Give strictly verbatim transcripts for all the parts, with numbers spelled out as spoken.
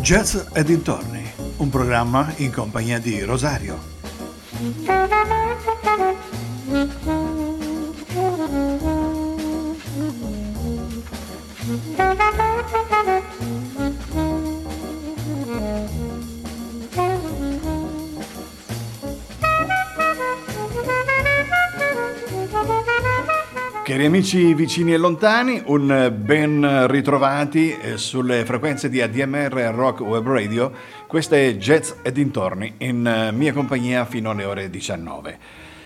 Jazz e dintorni, un programma in compagnia di Rosario. Cari amici vicini e lontani, un ben ritrovati sulle frequenze di A D M R Rock Web Radio. Questa è Jazz e dintorni, in mia compagnia fino alle ore diciannove.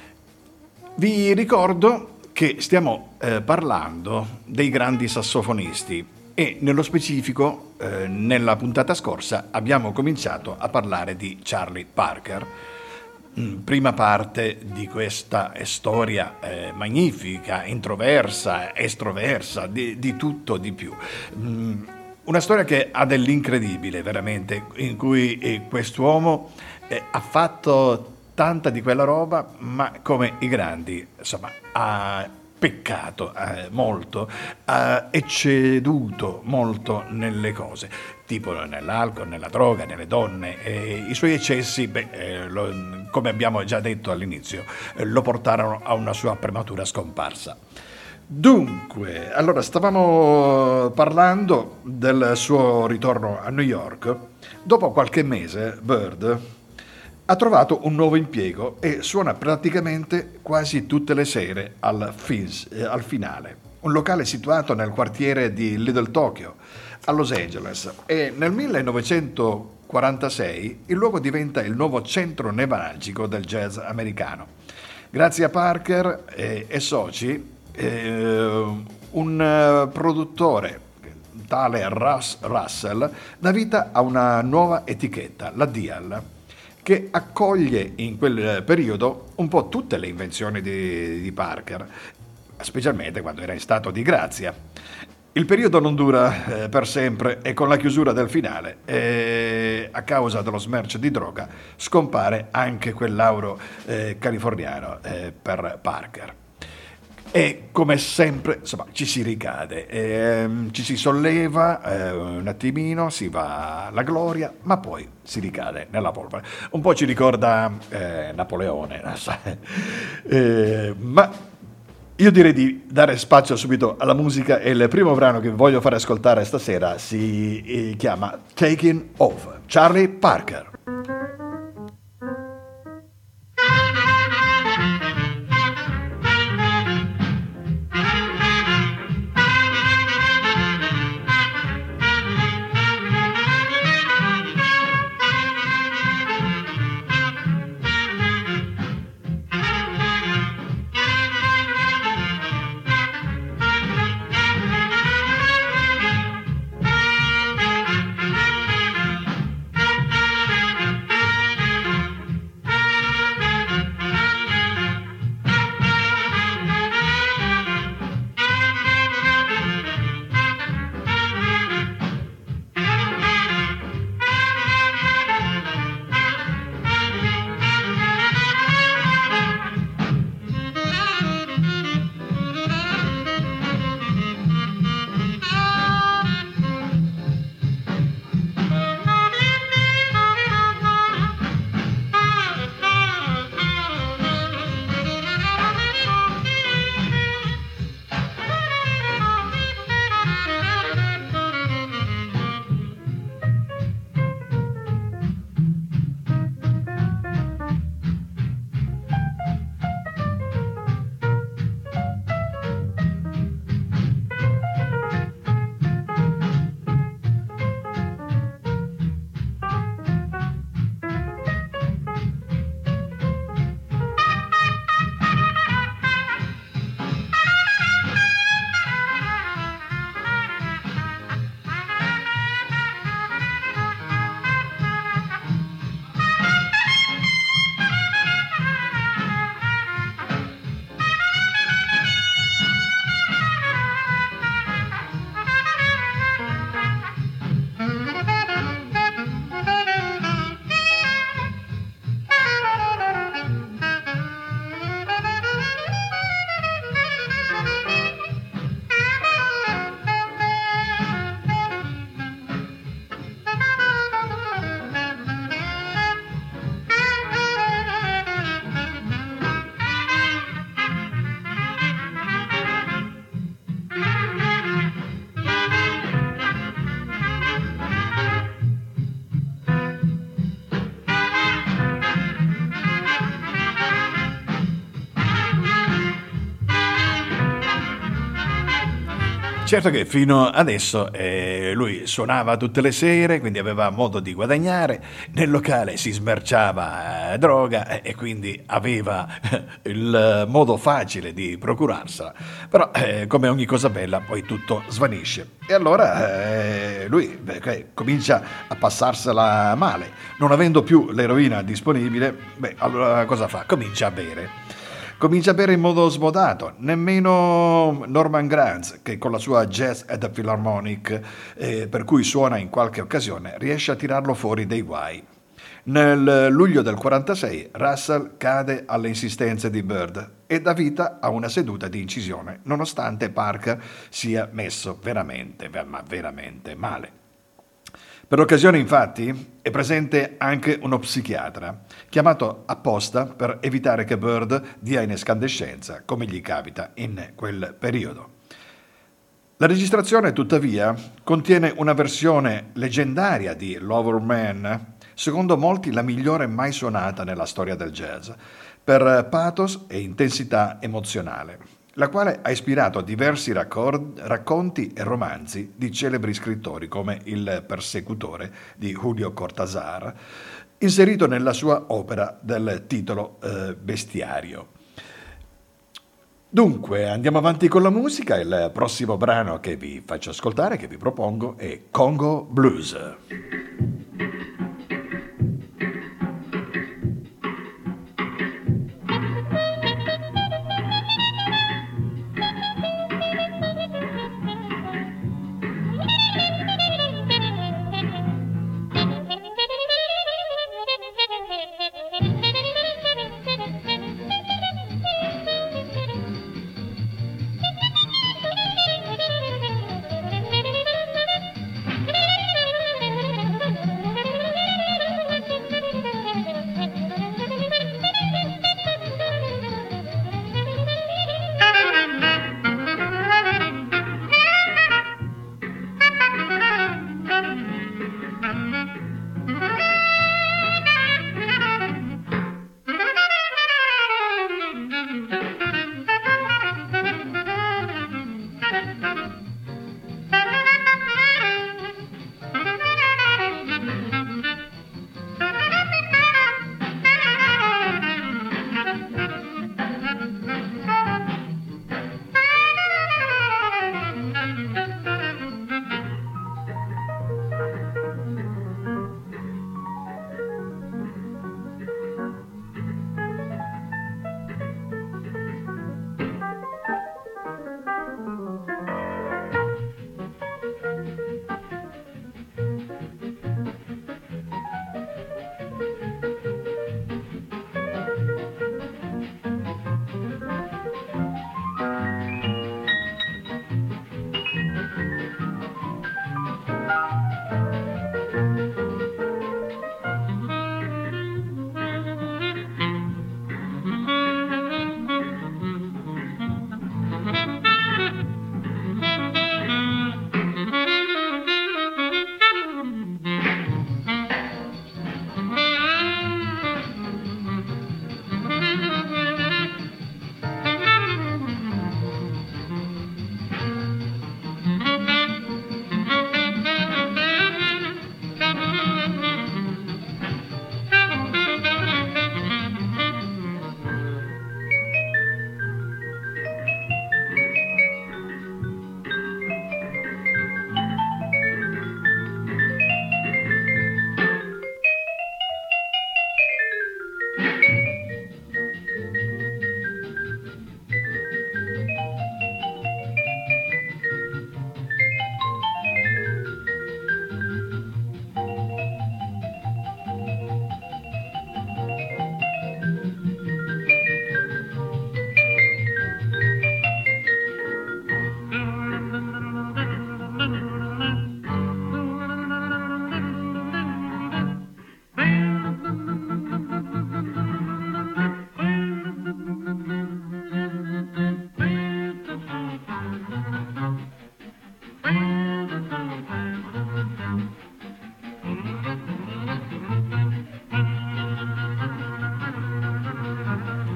Vi ricordo che stiamo eh, parlando dei grandi sassofonisti e nello specifico eh, nella puntata scorsa abbiamo cominciato a parlare di Charlie Parker. Prima parte di questa storia eh, magnifica, introversa, estroversa, di, di tutto, di più. Mm, una storia che ha dell'incredibile, veramente, in cui eh, quest'uomo eh, ha fatto tanta di quella roba, ma come i grandi, insomma, ha peccato eh, molto, ha ecceduto molto nelle cose, tipo nell'alcol, nella droga, nelle donne. E i suoi eccessi, beh, eh, lo, come abbiamo già detto all'inizio, eh, lo portarono a una sua prematura scomparsa. Dunque, allora stavamo parlando del suo ritorno a New York. Dopo qualche mese, Bird ha trovato un nuovo impiego e suona praticamente quasi tutte le sere al, Fizz, eh, al Finale, un locale situato nel quartiere di Little Tokyo, a Los Angeles, e nel millenovecentoquarantasei il luogo diventa il nuovo centro nevralgico del jazz americano. Grazie a Parker e, e soci, eh, un produttore, tale Russ Russell, dà vita a una nuova etichetta, la Dial, che accoglie in quel periodo un po' tutte le invenzioni di, di Parker, specialmente quando era in stato di grazia. Il periodo non dura eh, per sempre e con la chiusura del Finale, eh, a causa dello smercio di droga, scompare anche quel lauro eh, californiano eh, per Parker. E come sempre, insomma, ci si ricade, ehm, ci si solleva eh, un attimino, si va alla gloria, ma poi si ricade nella polvere. Un po' ci ricorda eh, Napoleone, eh, ma io direi di dare spazio subito alla musica, e il primo brano che voglio fare ascoltare stasera si eh, chiama Taking Off, Charlie Parker. Certo che fino adesso eh, lui suonava tutte le sere, quindi aveva modo di guadagnare, nel locale si smerciava eh, droga eh, e quindi aveva eh, il modo facile di procurarsela, però eh, come ogni cosa bella poi tutto svanisce e allora eh, lui beh, comincia a passarsela male, non avendo più l'eroina disponibile, beh allora cosa fa? Comincia a bere. Comincia a bere in modo smodato, nemmeno Norman Granz, che con la sua Jazz at the Philharmonic, eh, per cui suona in qualche occasione, riesce a tirarlo fuori dai guai. Nel luglio del quarantasei Russell cade alle insistenze di Bird e dà vita a una seduta di incisione, nonostante Parker sia messo veramente, ma veramente male. Per l'occasione, infatti, è presente anche uno psichiatra, chiamato apposta per evitare che Bird dia in escandescenza, come gli capita in quel periodo. La registrazione, tuttavia, contiene una versione leggendaria di Lover Man, secondo molti la migliore mai suonata nella storia del jazz, per pathos e intensità emozionale, la quale ha ispirato diversi raccord- racconti e romanzi di celebri scrittori come Il persecutore di Julio Cortázar, inserito nella sua opera del titolo eh, Bestiario. Dunque, andiamo avanti con la musica. Il prossimo brano che vi faccio ascoltare, che vi propongo, è Congo Blues.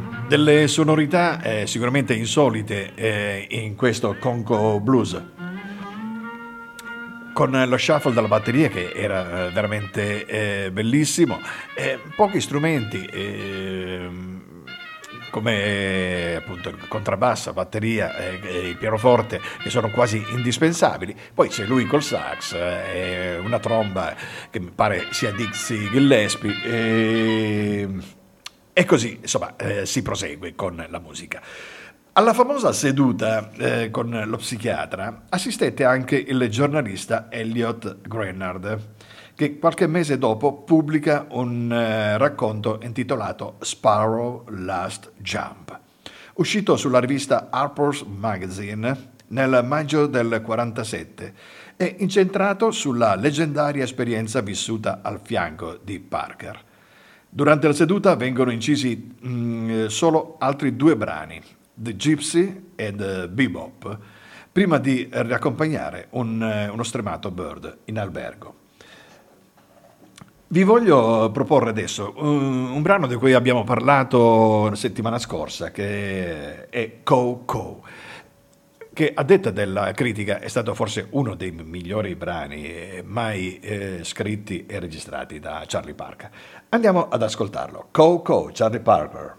Delle sonorità eh, sicuramente insolite eh, in questo Congo Blues. con lo shuffle della batteria che era veramente eh, bellissimo, eh, pochi strumenti eh, come appunto il contrabbasso, batteria e eh, il pianoforte, che sono quasi indispensabili. Poi c'è lui col sax e eh, una tromba che mi pare sia Dixie Gillespie e, e così insomma eh, si prosegue con la musica. Alla famosa seduta eh, con lo psichiatra assistette anche il giornalista Elliot Granard, che qualche mese dopo pubblica un eh, racconto intitolato Sparrow Last Jump, uscito sulla rivista Harper's Magazine nel maggio del quarantasette e incentrato sulla leggendaria esperienza vissuta al fianco di Parker. Durante la seduta vengono incisi mh, solo altri due brani, The Gypsy ed uh, Bebop, prima di riaccompagnare un, uh, uno stremato Bird in albergo. Vi voglio proporre adesso un, un brano di cui abbiamo parlato la settimana scorsa, che è Cow Cow, che a detta della critica è stato forse uno dei migliori brani mai eh, scritti e registrati da Charlie Parker. Andiamo ad ascoltarlo. Cow Cow, Charlie Parker.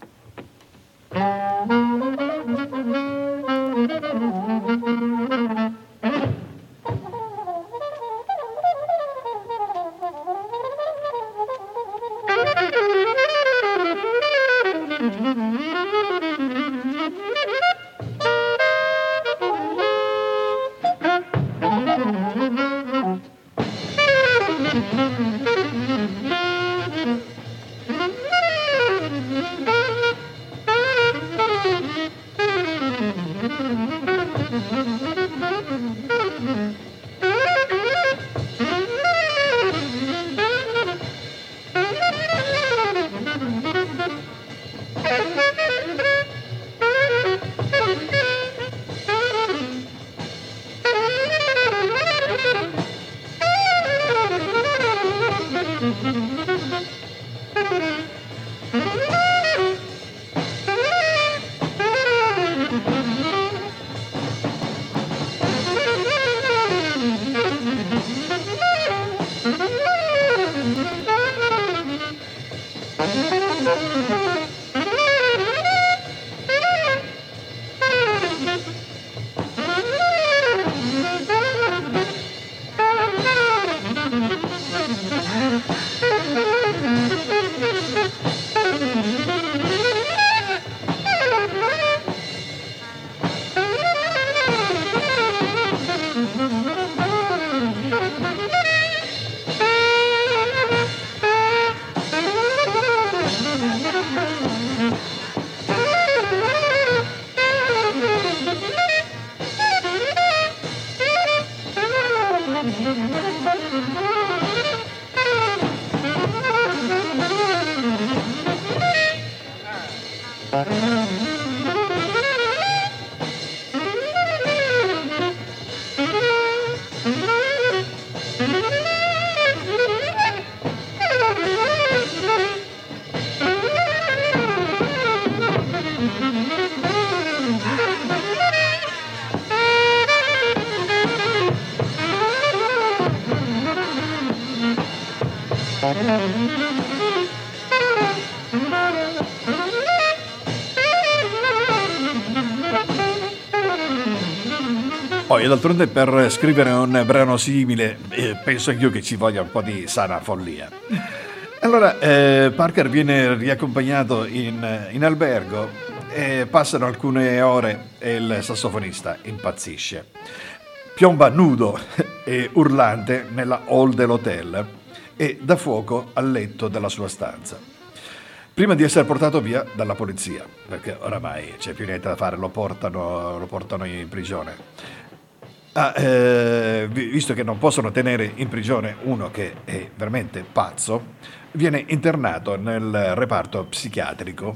Poi d'altronde per scrivere un brano simile eh, penso anch'io che ci voglia un po' di sana follia. Allora eh, Parker viene riaccompagnato in, in albergo e passano alcune ore e il sassofonista impazzisce. Piomba nudo e urlante nella hall dell'hotel e dà fuoco al letto della sua stanza, prima di essere portato via dalla polizia, perché oramai c'è più niente da fare, lo portano, lo portano in prigione. Ah, eh, visto che non possono tenere in prigione uno che è veramente pazzo, viene internato nel reparto psichiatrico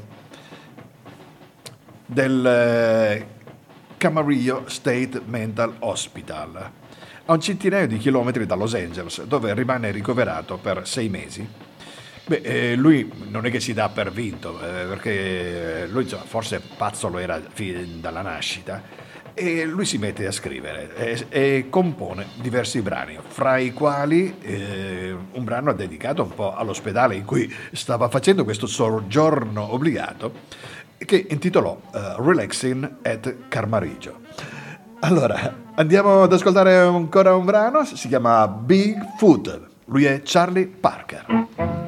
del Camarillo State Mental Hospital, a un centinaio di chilometri da Los Angeles, dove rimane ricoverato per sei mesi. Beh, eh, lui non è che si dà per vinto, eh, perché lui forse pazzo lo era fin dalla nascita, e lui si mette a scrivere e, e compone diversi brani, fra i quali eh, un brano dedicato un po' all'ospedale in cui stava facendo questo soggiorno obbligato, che intitolò uh, Relaxing at Carmarigio. Allora, andiamo ad ascoltare ancora un brano, si chiama Bigfoot, lui è Charlie Parker.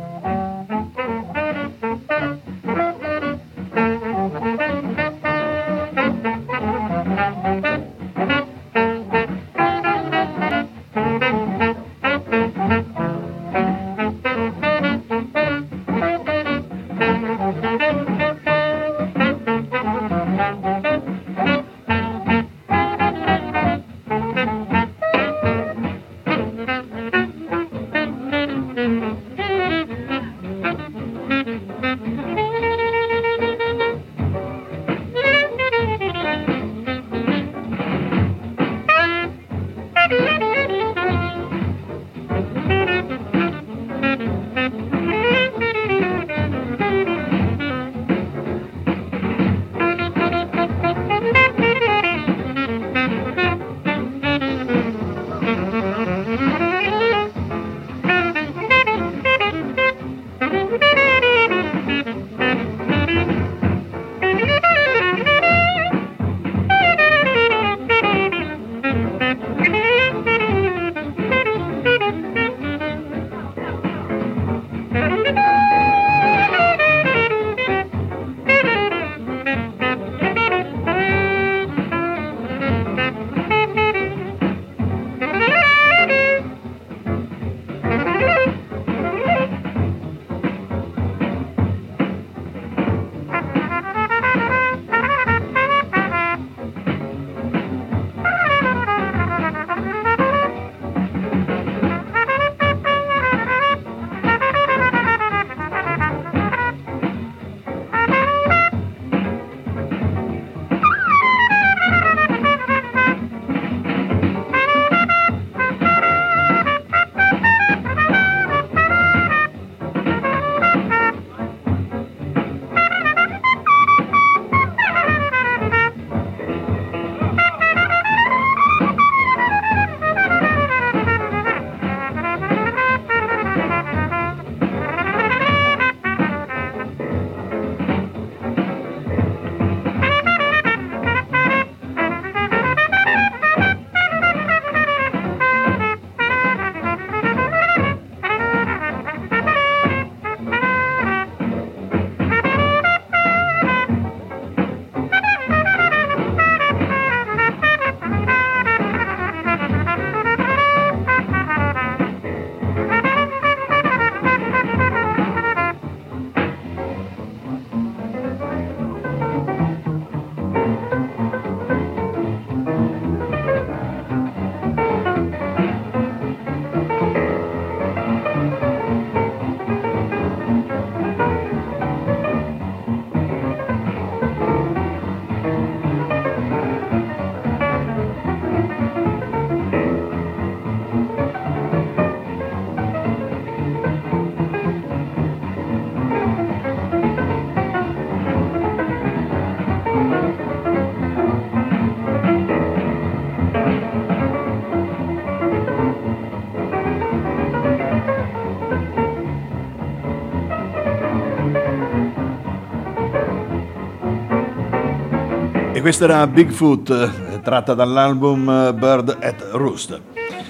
E questa era Bigfoot, tratta dall'album Bird at Roost.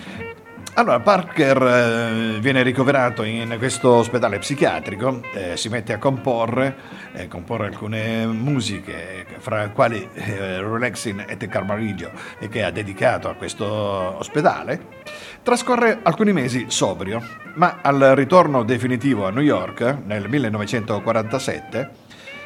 Allora, Parker eh, viene ricoverato in questo ospedale psichiatrico, eh, si mette a comporre, eh, comporre alcune musiche, fra le quali eh, Relaxing at Carmarigio, e che ha dedicato a questo ospedale. Trascorre alcuni mesi sobrio, ma al ritorno definitivo a New York, nel millenovecentoquarantasette,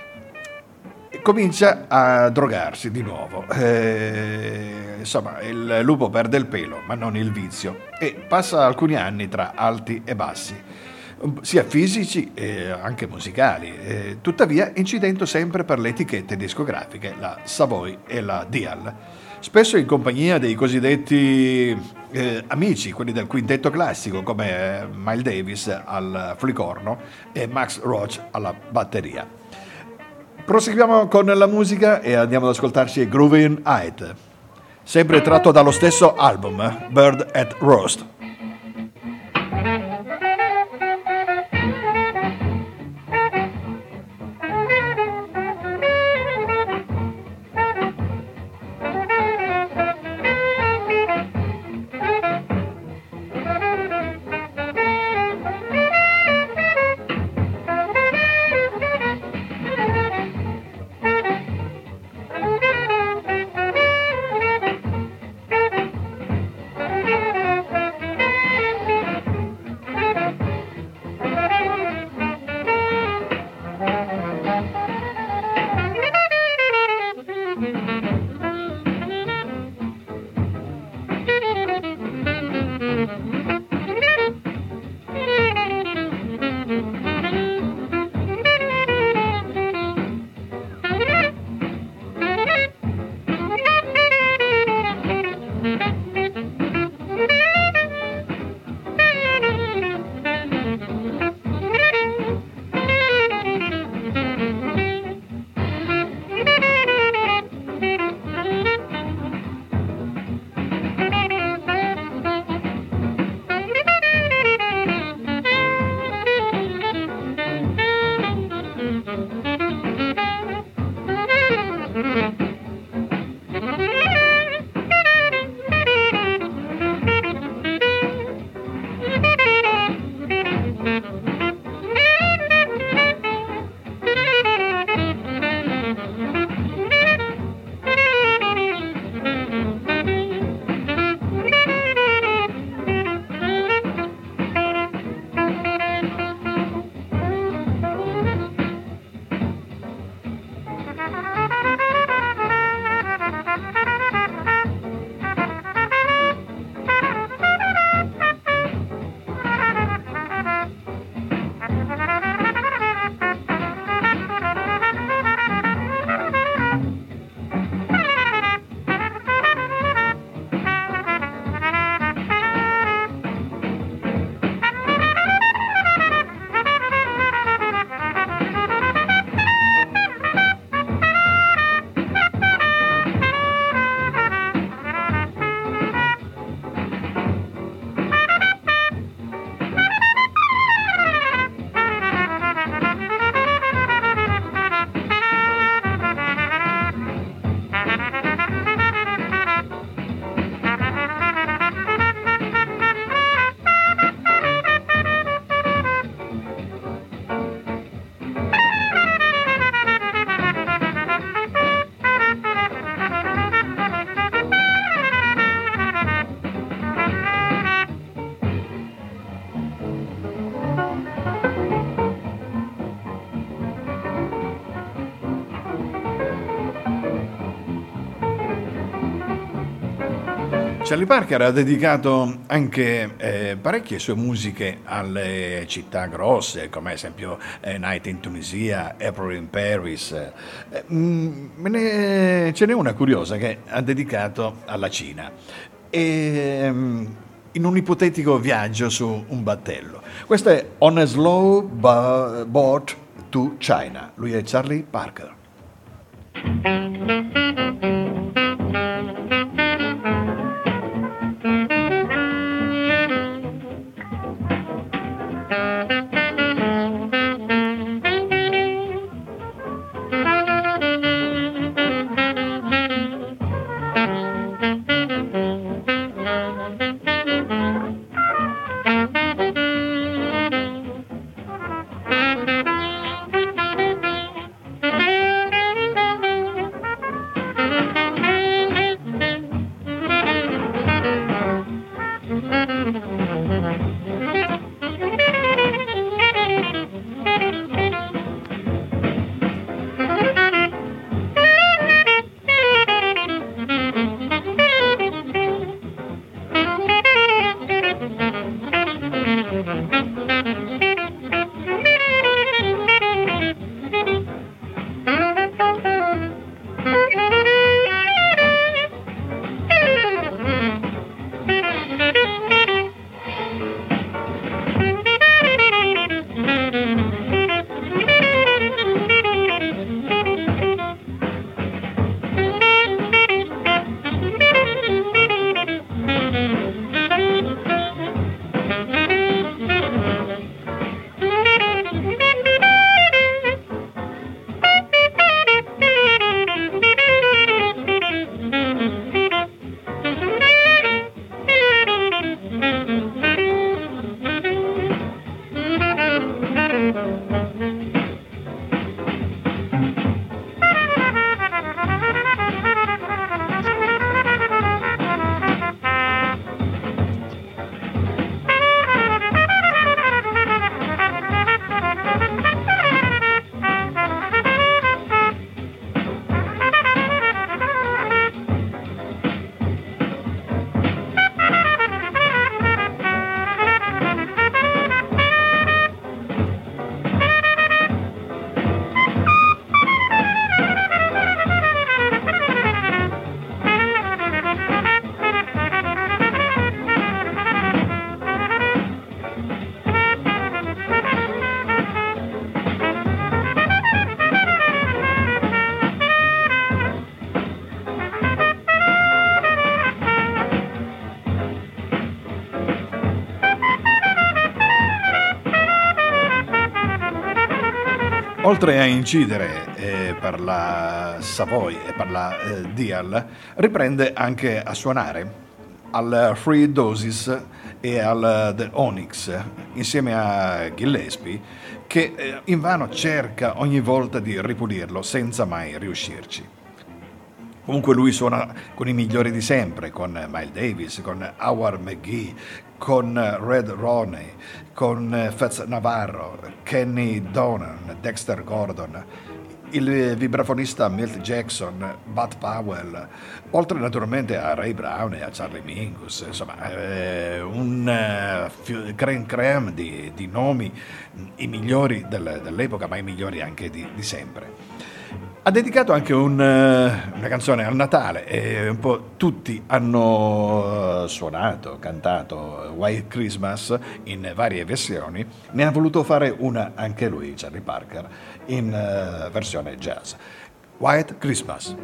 comincia a drogarsi di nuovo. Eh, insomma, il lupo perde il pelo, ma non il vizio, e passa alcuni anni tra alti e bassi, sia fisici e anche musicali, eh, tuttavia incidendo sempre per le etichette discografiche, la Savoy e la Dial, spesso in compagnia dei cosiddetti eh, amici, quelli del quintetto classico, come Miles Davis al flicorno e Max Roach alla batteria. Proseguiamo con la musica e andiamo ad ascoltarci Groovin' Height. sempre tratto dallo stesso album, Bird at Roast. Charlie Parker ha dedicato anche eh, parecchie sue musiche alle città grosse, come ad esempio eh, Night in Tunisia, April in Paris. Eh, mm, me ne, ce n'è una curiosa che ha dedicato alla Cina. E, mm, in un ipotetico viaggio su un battello. Questo è On a Slow Boat to China. Lui è Charlie Parker. Thank you. oltre a incidere eh, per la Savoy e per la eh, Dial, riprende anche a suonare al Free Dosis e al The Onyx insieme a Gillespie, che eh, invano cerca ogni volta di ripulirlo senza mai riuscirci. Comunque lui suona con i migliori di sempre, con Miles Davis, con Howard McGhee, con Red Roney, con Fats Navarro, Kenny Donan, Dexter Gordon, il vibrafonista Milt Jackson, Bud Powell, oltre naturalmente a Ray Brown e a Charlie Mingus, insomma eh, un uh, creme creme di, di nomi, i migliori del, dell'epoca, ma i migliori anche di, di sempre. Ha dedicato anche un, una canzone al Natale e un po' tutti hanno suonato, cantato White Christmas in varie versioni. Ne ha voluto fare una anche lui, Charlie Parker, in uh, versione jazz. White Christmas.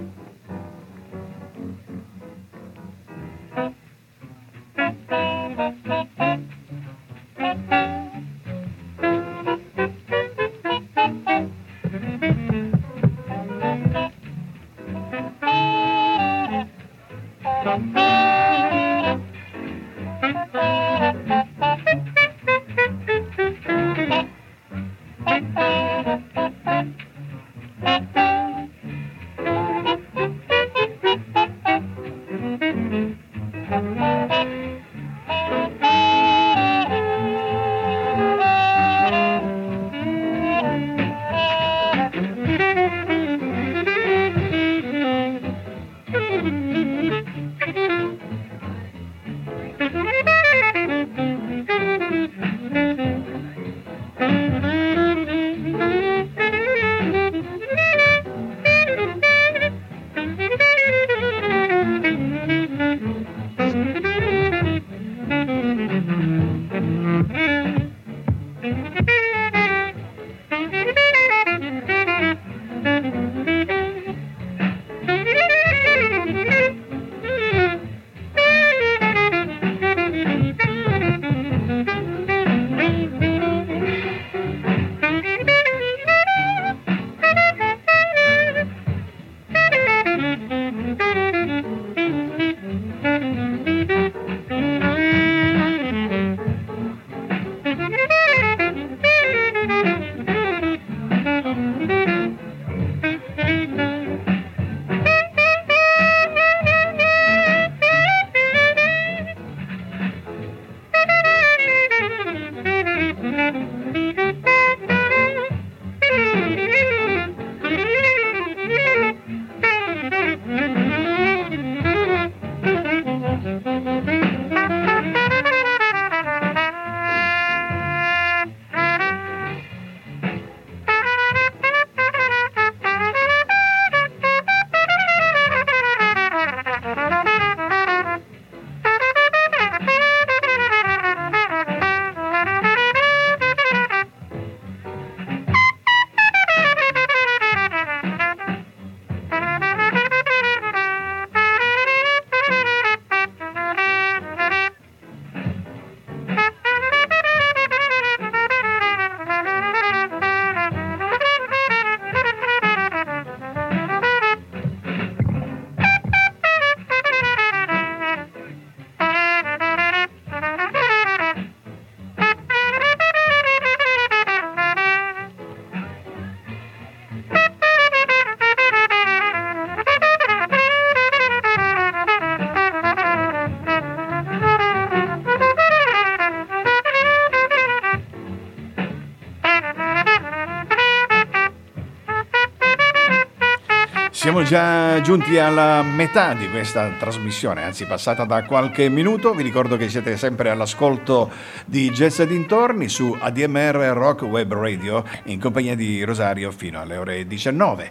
Siamo già giunti alla metà di questa trasmissione, anzi passata da qualche minuto. Vi ricordo che siete sempre all'ascolto di Jazz e dintorni su A D M R Rock Web Radio in compagnia di Rosario fino alle ore diciannove.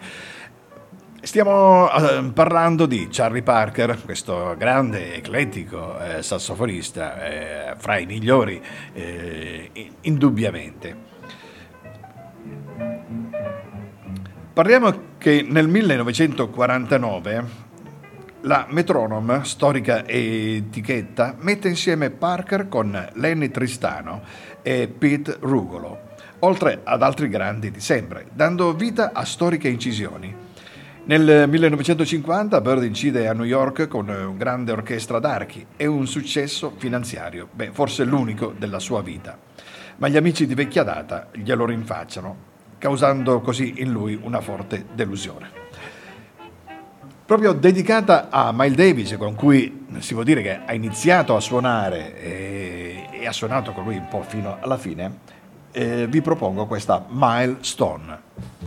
Stiamo eh, parlando di Charlie Parker, questo grande, eclettico eh, sassofonista, eh, fra i migliori eh, indubbiamente. Parliamo che nel millenovecentoquarantanove la Metronome, storica etichetta, mette insieme Parker con Lenny Tristano e Pete Rugolo. oltre ad altri grandi di sempre, dando vita a storiche incisioni. Nel millenovecentocinquanta Bird incide a New York con una grande orchestra d'archi e un successo finanziario, beh, forse l'unico della sua vita. Ma gli amici di vecchia data glielo rinfacciano, causando così in lui una forte delusione. Proprio dedicata a Miles Davis, con cui si può dire che ha iniziato a suonare e, e ha suonato con lui un po' fino alla fine, eh, vi propongo questa Milestone.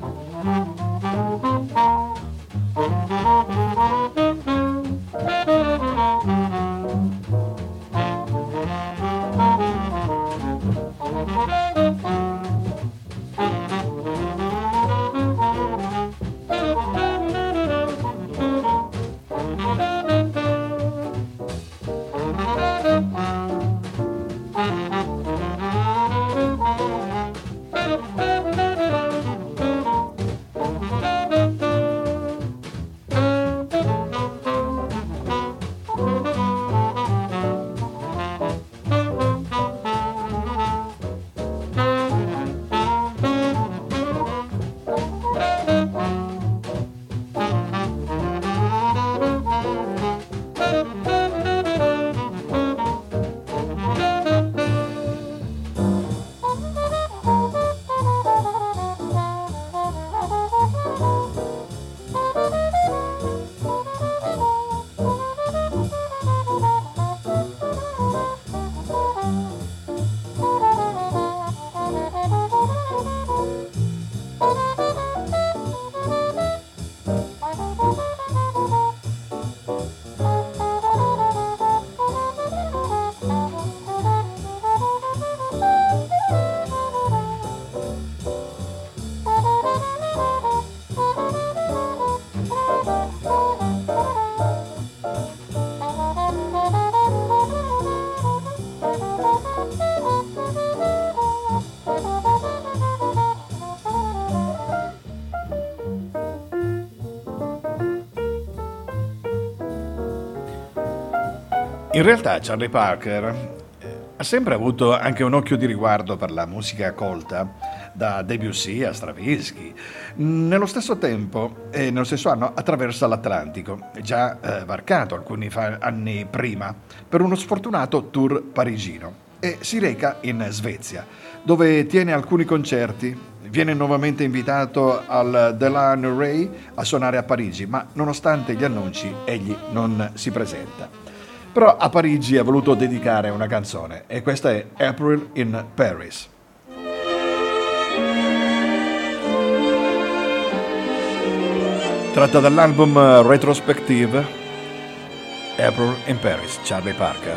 In realtà Charlie Parker ha sempre avuto anche un occhio di riguardo per la musica colta, da Debussy a Stravinsky. Nello stesso tempo e nello stesso anno attraversa l'Atlantico, già eh, varcato alcuni fa- anni prima, per uno sfortunato tour parigino, e si reca in Svezia, dove tiene alcuni concerti. Viene nuovamente invitato al Delano Ray a suonare a Parigi, ma nonostante gli annunci egli non si presenta. Però a Parigi ha voluto dedicare una canzone, e questa è April in Paris. Tratta dall'album Retrospective, April in Paris, Charlie Parker.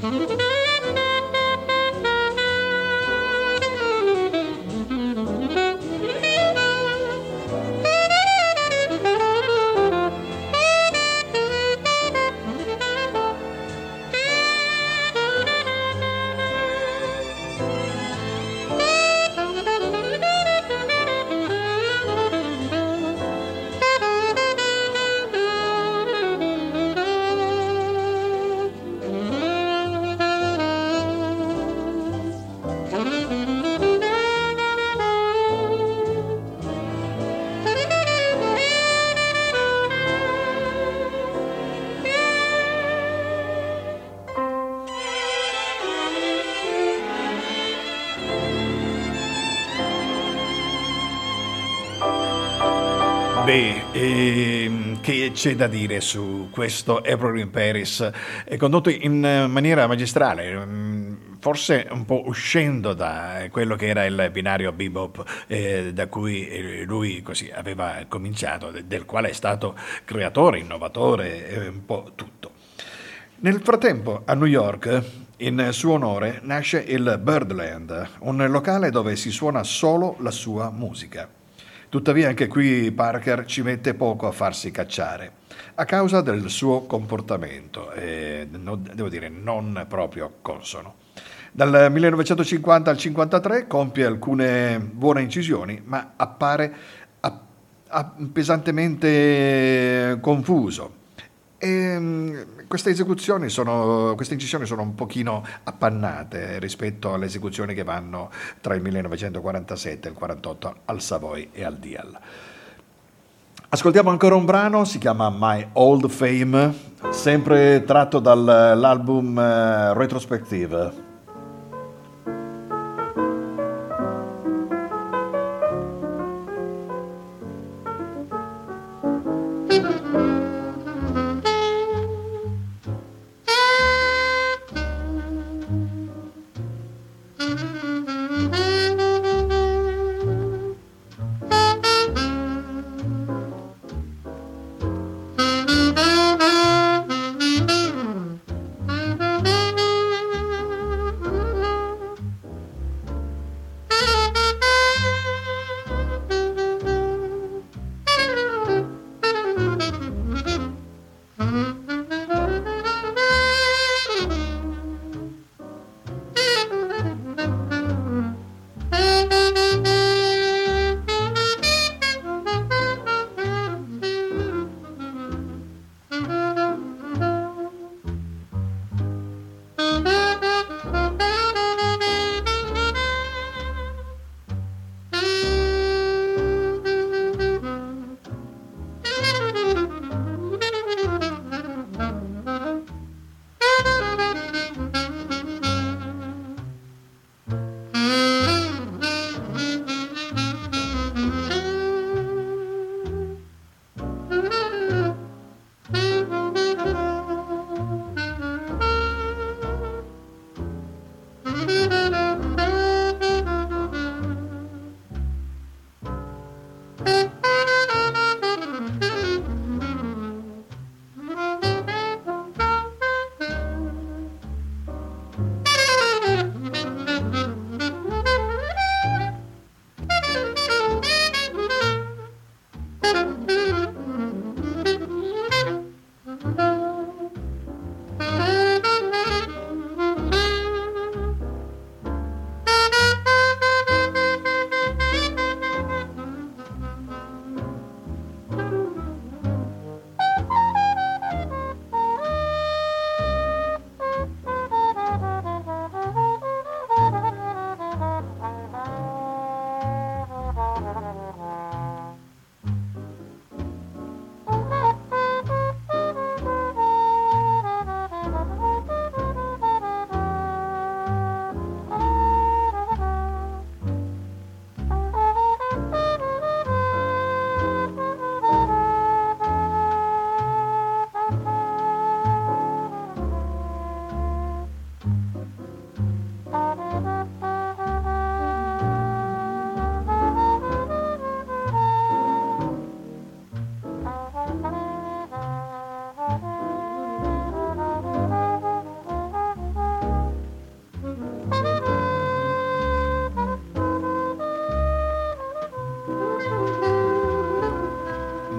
Beh, ehm, che c'è da dire su questo April in Paris? È condotto in maniera magistrale, mm, forse un po' uscendo da quello che era il binario bebop eh, da cui eh, lui così aveva cominciato, de- del quale è stato creatore, innovatore, eh, un po' tutto. Nel frattempo, a New York, in suo onore, nasce il Birdland, un locale dove si suona solo la sua musica. Tuttavia anche qui Parker ci mette poco a farsi cacciare, a causa del suo comportamento, eh, no- devo dire non proprio consono. Dal millenovecentocinquanta al cinquantatré compie alcune buone incisioni, ma appare a- a- pesantemente confuso. E, mh, queste esecuzioni sono, queste incisioni sono un pochino appannate rispetto alle esecuzioni che vanno tra il millenovecentoquarantasette e il quarantotto al Savoy e al Dial. Ascoltiamo ancora un brano, si chiama My Old Fame, sempre tratto dall'album eh, Retrospective.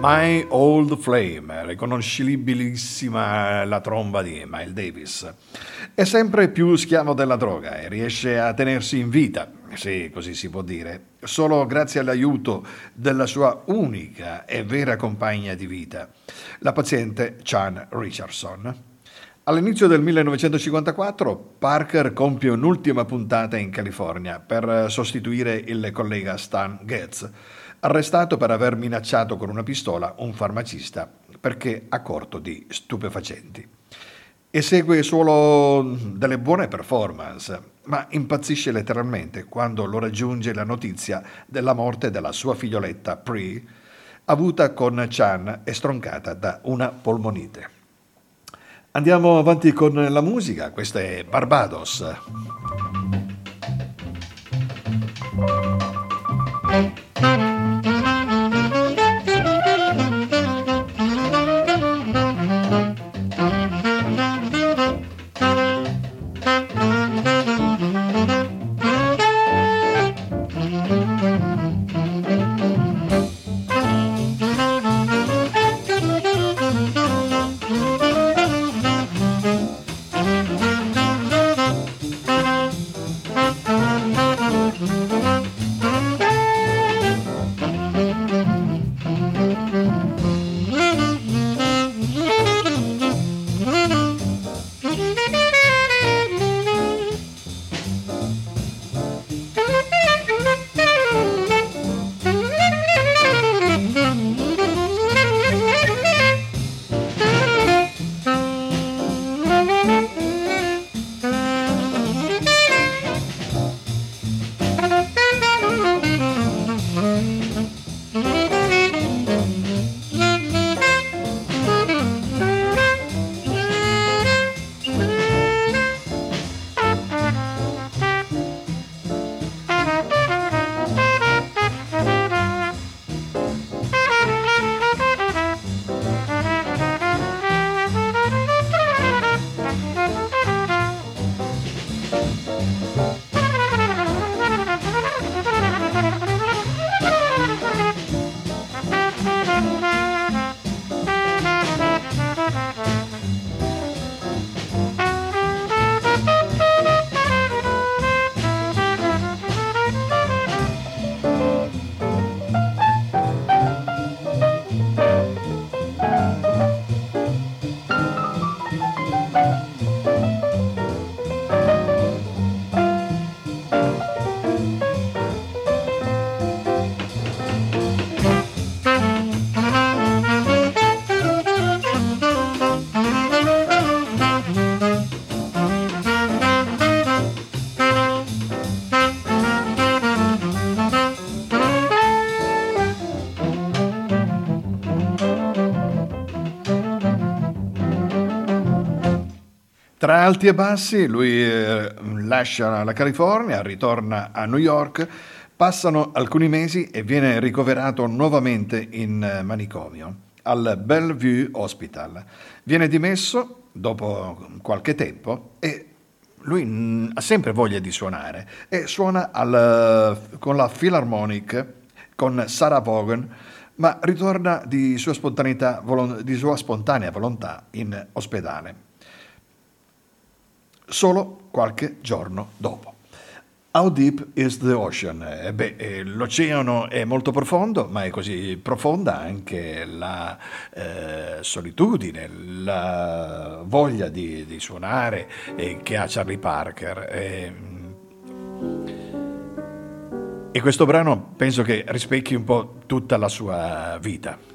My Old Flame, riconoscibilissima la tromba di Miles Davis. È sempre più schiavo della droga e riesce a tenersi in vita, se così si può dire, solo grazie all'aiuto della sua unica e vera compagna di vita, la paziente Chan Richardson. All'inizio del millenovecentocinquantaquattro Parker compie un'ultima puntata in California per sostituire il collega Stan Getz, arrestato per aver minacciato con una pistola un farmacista perché a corto di stupefacenti. Esegue solo delle buone performance, ma impazzisce letteralmente quando lo raggiunge la notizia della morte della sua figlioletta Pri, avuta con Chan e stroncata da una polmonite. Andiamo avanti con la musica, questa è Barbados. Tra alti e bassi, lui eh, lascia la California, ritorna a New York, passano alcuni mesi e viene ricoverato nuovamente in eh, manicomio, al Bellevue Hospital. Viene dimesso dopo qualche tempo e lui mh, ha sempre voglia di suonare e suona al, con la Philharmonic, con Sarah Vaughan, ma ritorna di sua, spontaneità, di sua spontanea volontà in ospedale. Solo qualche giorno dopo. How deep is the ocean? Eh beh, eh, l'oceano è molto profondo, ma è così profonda anche la eh, solitudine, la voglia di, di suonare eh, che ha Charlie Parker. Eh, e questo brano penso che rispecchi un po' tutta la sua vita.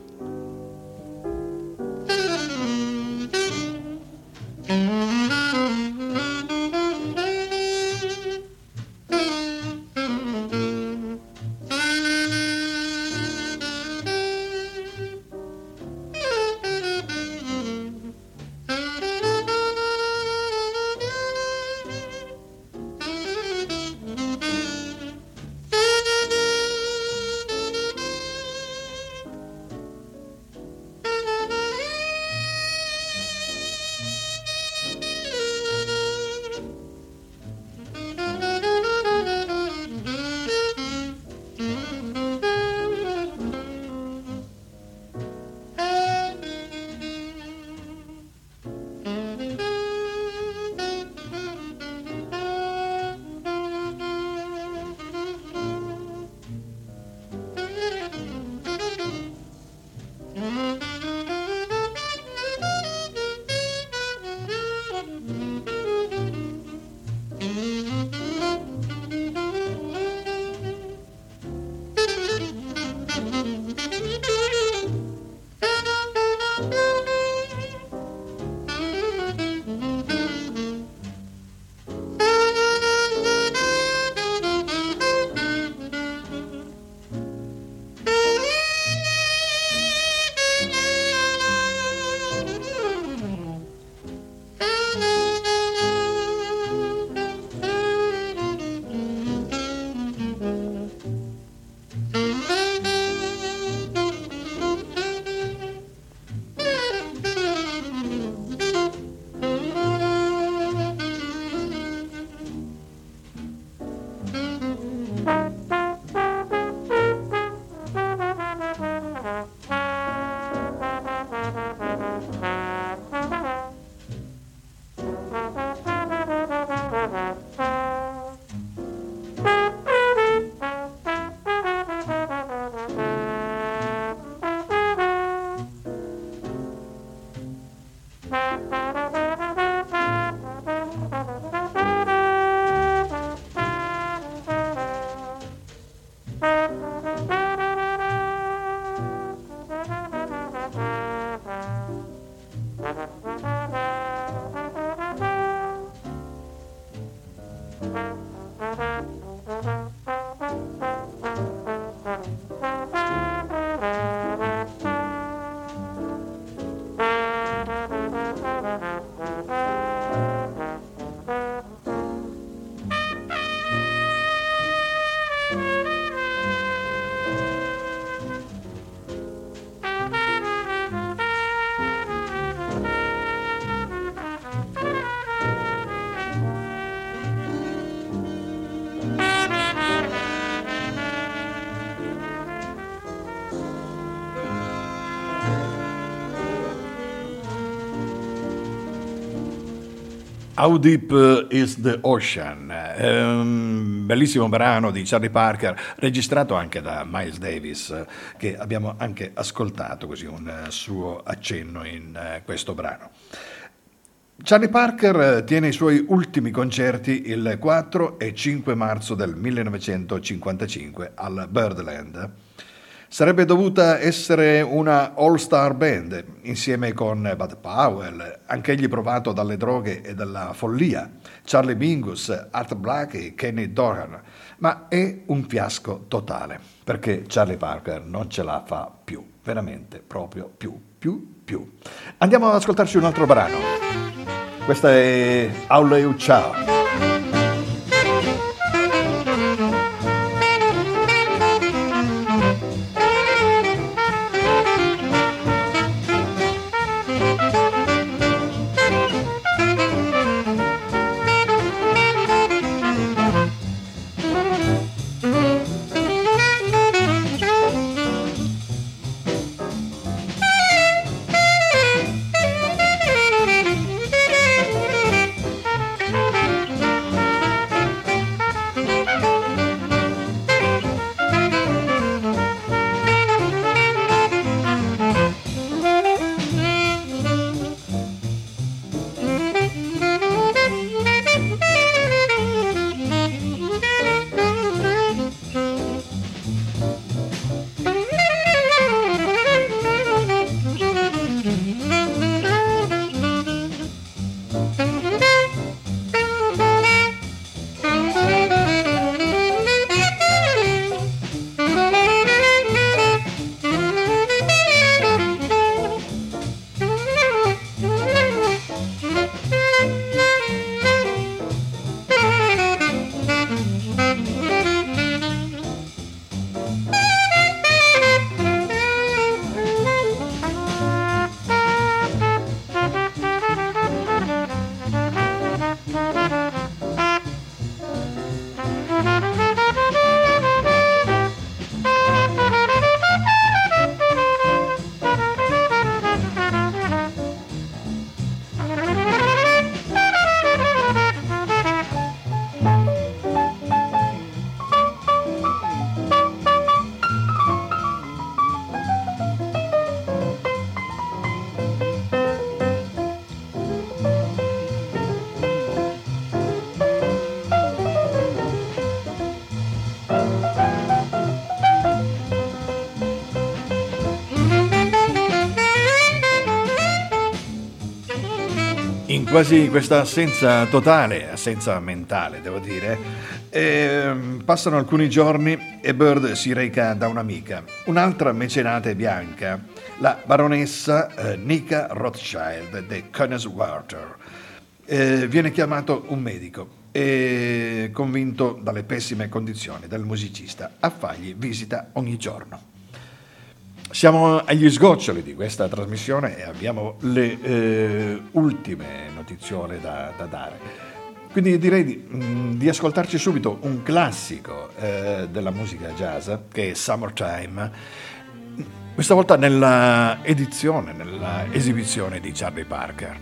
How Deep is the Ocean, è un bellissimo brano di Charlie Parker, registrato anche da Miles Davis, che abbiamo anche ascoltato, così un suo accenno in questo brano. Charlie Parker tiene i suoi ultimi concerti il quattro e cinque marzo del millenovecentocinquantacinque al Birdland. Sarebbe dovuta essere una all-star band insieme con Bud Powell, anch'egli provato dalle droghe e dalla follia, Charlie Mingus, Art Black e Kenny Dorham, ma è un fiasco totale perché Charlie Parker non ce la fa più, veramente proprio più, più, più. Andiamo ad ascoltarci un altro brano. Questa è Auleu Ciao. In quasi questa assenza totale, assenza mentale devo dire, eh, passano alcuni giorni e Bird si reca da un'amica, un'altra mecenate bianca, la baronessa eh, Nika Rothschild de Koenigswarter. Eh, viene chiamato un medico e convinto dalle pessime condizioni del musicista a fargli visita ogni giorno. Siamo agli sgoccioli di questa trasmissione e abbiamo le eh, ultime notiziole da, da dare. Quindi direi di, mh, di ascoltarci subito un classico eh, della musica jazz che è Summertime, questa volta nella edizione, nella esibizione di Charlie Parker.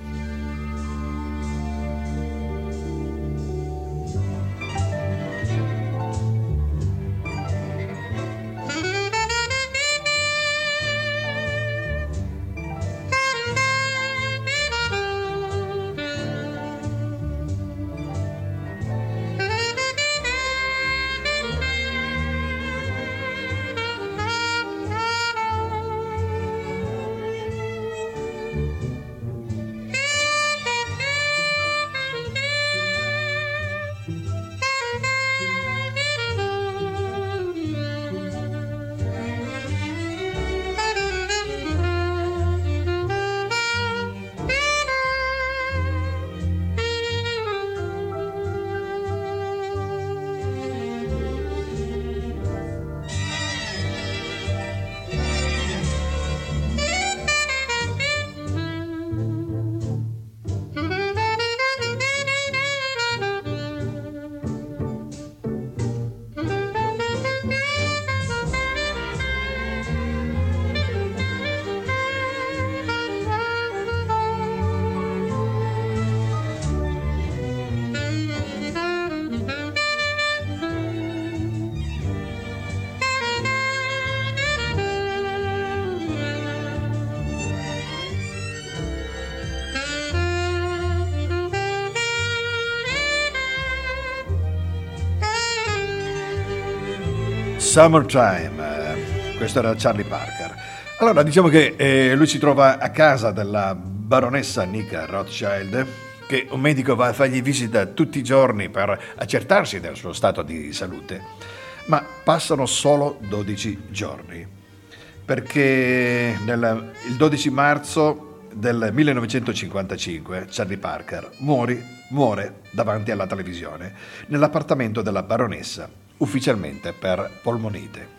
Summertime, eh, questo era Charlie Parker. Allora, diciamo che eh, lui si trova a casa della baronessa Nika Rothschild, che un medico va a fargli visita tutti i giorni per accertarsi del suo stato di salute, ma passano solo dodici giorni, perché nel, il dodici marzo del millenovecentocinquantacinque Charlie Parker muore, muore davanti alla televisione nell'appartamento della baronessa, ufficialmente per polmonite.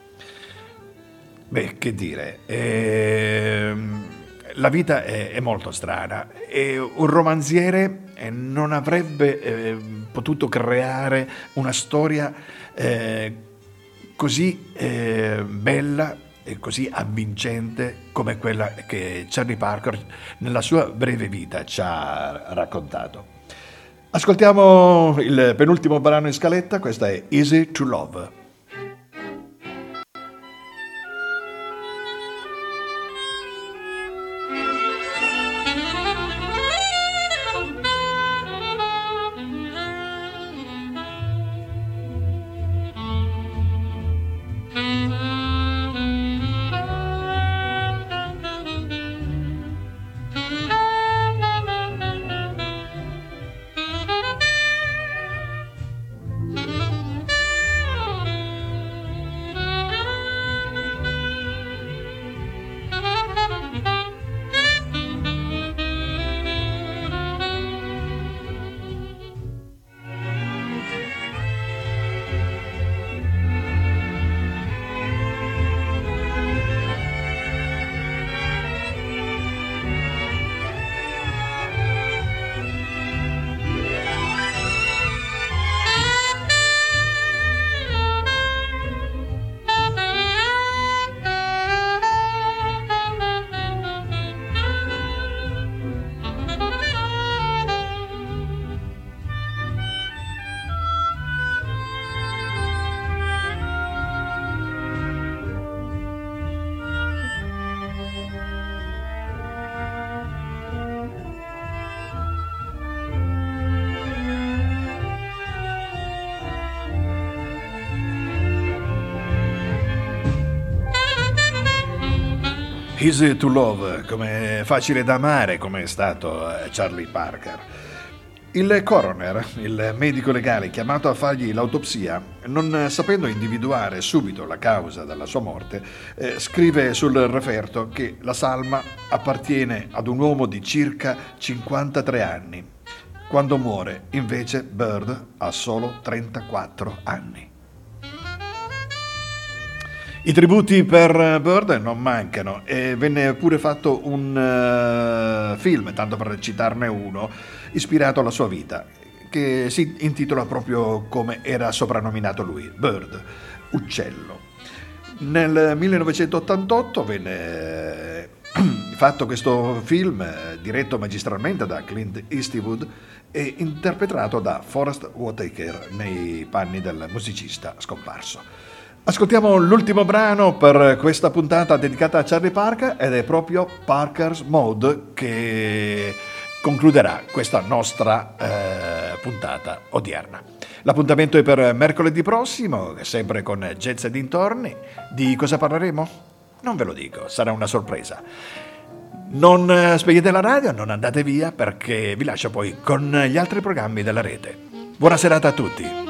Beh, che dire, ehm, la vita è, è molto strana e un romanziere eh, non avrebbe eh, potuto creare una storia eh, così eh, bella e così avvincente come quella che Charlie Parker nella sua breve vita ci ha raccontato. Ascoltiamo il penultimo brano in scaletta, questa è Easy to Love. Easy to Love, come facile da amare, come è stato Charlie Parker. Il coroner, il medico legale chiamato a fargli l'autopsia, non sapendo individuare subito la causa della sua morte, eh, scrive sul referto che la salma appartiene ad un uomo di circa cinquantatré anni. Quando muore, invece, Bird ha solo trentaquattro anni. I tributi per Bird non mancano e venne pure fatto un uh, film, tanto per citarne uno, ispirato alla sua vita, che si intitola proprio come era soprannominato lui, Bird, uccello. Nel millenovecentottantotto venne fatto questo film, diretto magistralmente da Clint Eastwood e interpretato da Forest Whitaker nei panni del musicista scomparso. Ascoltiamo l'ultimo brano per questa puntata dedicata a Charlie Parker ed è proprio Parker's Mode che concluderà questa nostra eh, puntata odierna. L'appuntamento è per mercoledì prossimo, sempre con Jazz e dintorni. Di cosa parleremo? Non ve lo dico, sarà una sorpresa. Non spegnete la radio, non andate via perché vi lascio poi con gli altri programmi della rete. Buona serata a tutti.